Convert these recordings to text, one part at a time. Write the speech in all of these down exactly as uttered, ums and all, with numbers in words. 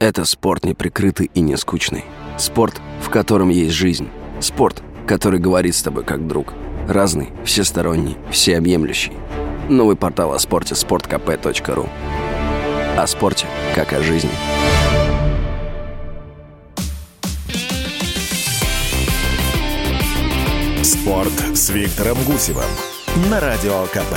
Это спорт неприкрытый и не скучный. Спорт, в котором есть жизнь. Спорт, который говорит с тобой как друг. Разный, всесторонний, всеобъемлющий. Новый портал о спорте – спорт кэ пэ точка ру. О спорте, как о жизни. Спорт с Виктором Гусевым на Радио КП.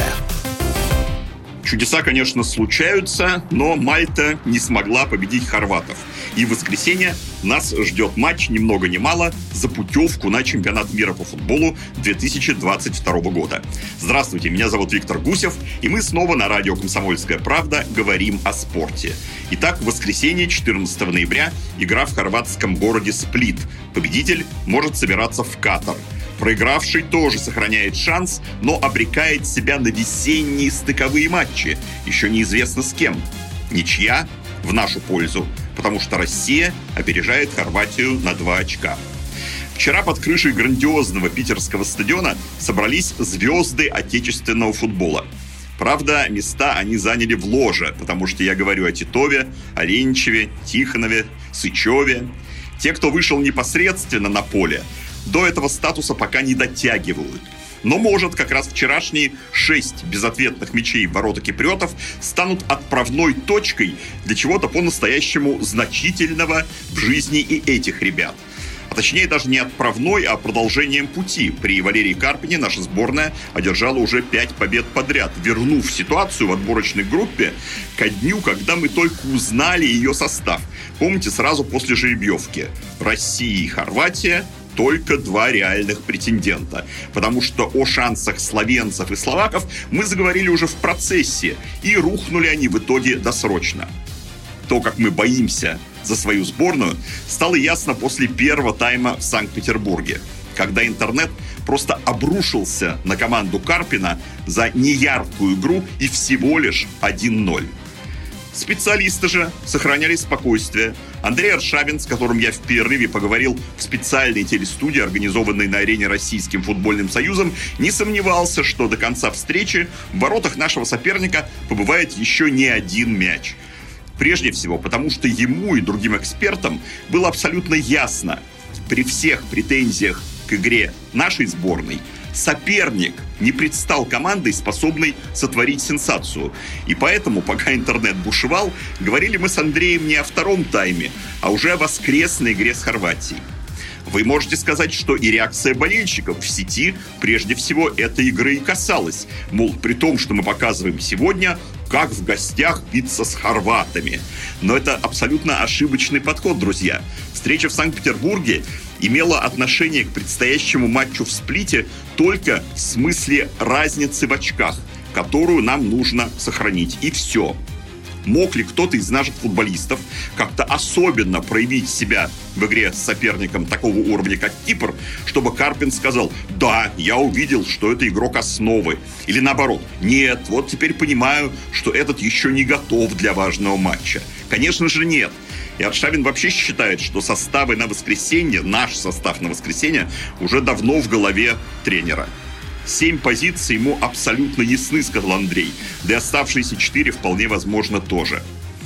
Чудеса, конечно, случаются, но Мальта не смогла победить хорватов. И в воскресенье нас ждет матч ни много ни мало за путевку на чемпионат мира по футболу две тысячи двадцать второго года. Здравствуйте, меня зовут Виктор Гусев, и мы снова на радио «Комсомольская правда» говорим о спорте. Итак, в воскресенье, четырнадцатого ноября, игра в хорватском городе Сплит. Победитель может собираться в Катар. Проигравший тоже сохраняет шанс, но обрекает себя на весенние стыковые матчи. Еще неизвестно с кем. Ничья в нашу пользу, потому что Россия опережает Хорватию на два очка. Вчера под крышей грандиозного питерского стадиона собрались звезды отечественного футбола. Правда, места они заняли в ложе, потому что я говорю о Титове, Аленичеве, Тихонове, Сычеве. Те, кто вышел непосредственно на поле, до этого статуса пока не дотягивают. Но, может, как раз вчерашние шесть безответных мячей в ворота киприотов станут отправной точкой для чего-то по-настоящему значительного в жизни и этих ребят. А точнее, даже не отправной, а продолжением пути. При Валерии Карпине наша сборная одержала уже пять побед подряд, вернув ситуацию в отборочной группе ко дню, когда мы только узнали ее состав. Помните, сразу после жеребьевки. Россия и Хорватия – только два реальных претендента. Потому что о шансах словенцев и словаков мы заговорили уже в процессе, и рухнули они в итоге досрочно. То, как мы боимся за свою сборную, стало ясно после первого тайма в Санкт-Петербурге, когда интернет просто обрушился на команду Карпина за неяркую игру и всего лишь один ноль. Специалисты же сохраняли спокойствие. Андрей Аршавин, с которым я в перерыве поговорил в специальной телестудии, организованной на арене Российским футбольным союзом, не сомневался, что до конца встречи в воротах нашего соперника побывает еще не один мяч. Прежде всего, потому что ему и другим экспертам было абсолютно ясно, при всех претензиях к игре нашей сборной, соперник не предстал командой, способной сотворить сенсацию. И поэтому, пока интернет бушевал, говорили мы с Андреем не о втором тайме, а уже о воскресной игре с Хорватией. Вы можете сказать, что и реакция болельщиков в сети прежде всего этой игры и касалась. Мол, при том, что мы показываем сегодня, как в гостях биться с хорватами. Но это абсолютно ошибочный подход, друзья. Встреча в Санкт-Петербурге имела отношение к предстоящему матчу в Сплите только в смысле разницы в очках, которую нам нужно сохранить. И все. Мог ли кто-то из наших футболистов как-то особенно проявить себя в игре с соперником такого уровня, как Кипр, чтобы Карпин сказал: «Да, я увидел, что это игрок основы». Или наоборот: «Нет, вот теперь понимаю, что этот еще не готов для важного матча». Конечно же, нет. И Аршавин вообще считает, что составы на воскресенье, наш состав на воскресенье, уже давно в голове тренера. Семь позиций ему абсолютно ясны, сказал Андрей. Да и оставшиеся четыре вполне возможно тоже.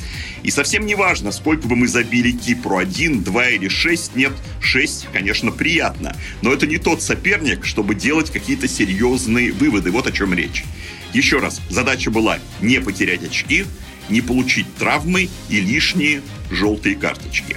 И совсем не важно, сколько бы мы забили Кипру, один, два или шесть. Нет, шесть, конечно, приятно. Но это не тот соперник, чтобы делать какие-то серьезные выводы. Вот о чем речь. Еще раз, задача была не потерять очки, не получить травмы и лишние желтые карточки.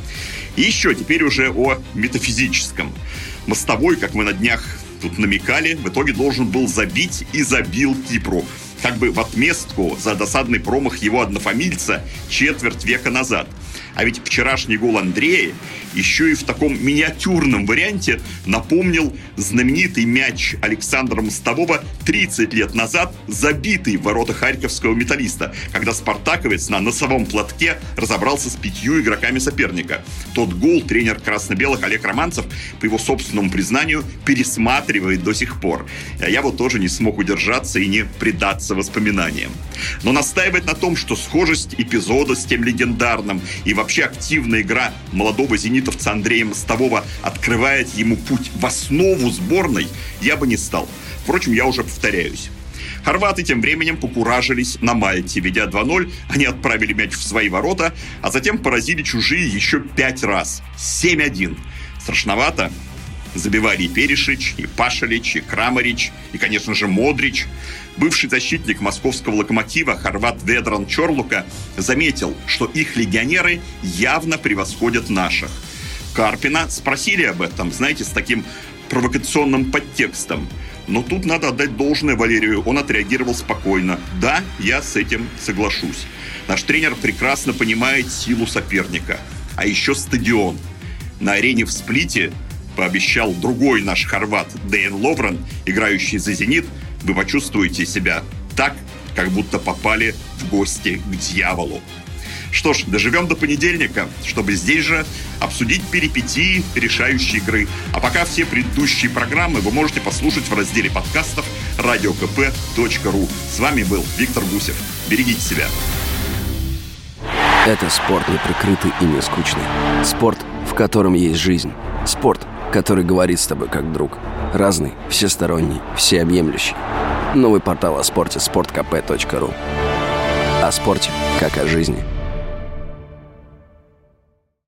И еще теперь уже о метафизическом. Мостовой, как мы на днях тут намекали, в итоге должен был забить и забил Кипру. Как бы в отместку за досадный промах его однофамильца четверть века назад. А ведь вчерашний гол Андрея еще и в таком миниатюрном варианте напомнил знаменитый мяч Александра Мостового тридцать лет назад, забитый в ворота харьковского «Металлиста», когда спартаковец на носовом платке разобрался с пятью игроками соперника. Тот гол тренер красно-белых Олег Романцев, по его собственному признанию, пересматривает до сих пор. А я вот тоже не смог удержаться и не предаться воспоминаниям. Но настаивает на том, что схожесть эпизода с тем легендарным и вообще активная игра молодого зенитовца Андрея Мостового открывает ему путь в основу сборной, я бы не стал. Впрочем, я уже повторяюсь. Хорваты тем временем покуражились на Мальте. Ведя два ноль, они отправили мяч в свои ворота, а затем поразили чужие еще пять раз. семь один. Страшновато. Забивали и Перишич, и Пашалич, и Крамарич, и, конечно же, Модрич. Бывший защитник московского «Локомотива» хорват Ведран Чорлука заметил, что их легионеры явно превосходят наших. Карпина спросили об этом, знаете, с таким провокационным подтекстом. Но тут надо отдать должное Валерию, он отреагировал спокойно. Да, я с этим соглашусь. Наш тренер прекрасно понимает силу соперника. А еще стадион. На арене в Сплите, пообещал другой наш хорват Дейн Ловрен, играющий за «Зенит», вы почувствуете себя так, как будто попали в гости к дьяволу. Что ж, доживем до понедельника, чтобы здесь же обсудить перипетии решающей игры. А пока все предыдущие программы вы можете послушать в разделе подкастов радио ка пэ точка ру. С вами был Виктор Гусев. Берегите себя. Это спорт неприкрытый и не скучный. Спорт, в котором есть жизнь. Спорт, который говорит с тобой как друг. Разный, всесторонний, всеобъемлющий. Новый портал о спорте – спорт ка пэ точка ру. О спорте, как о жизни.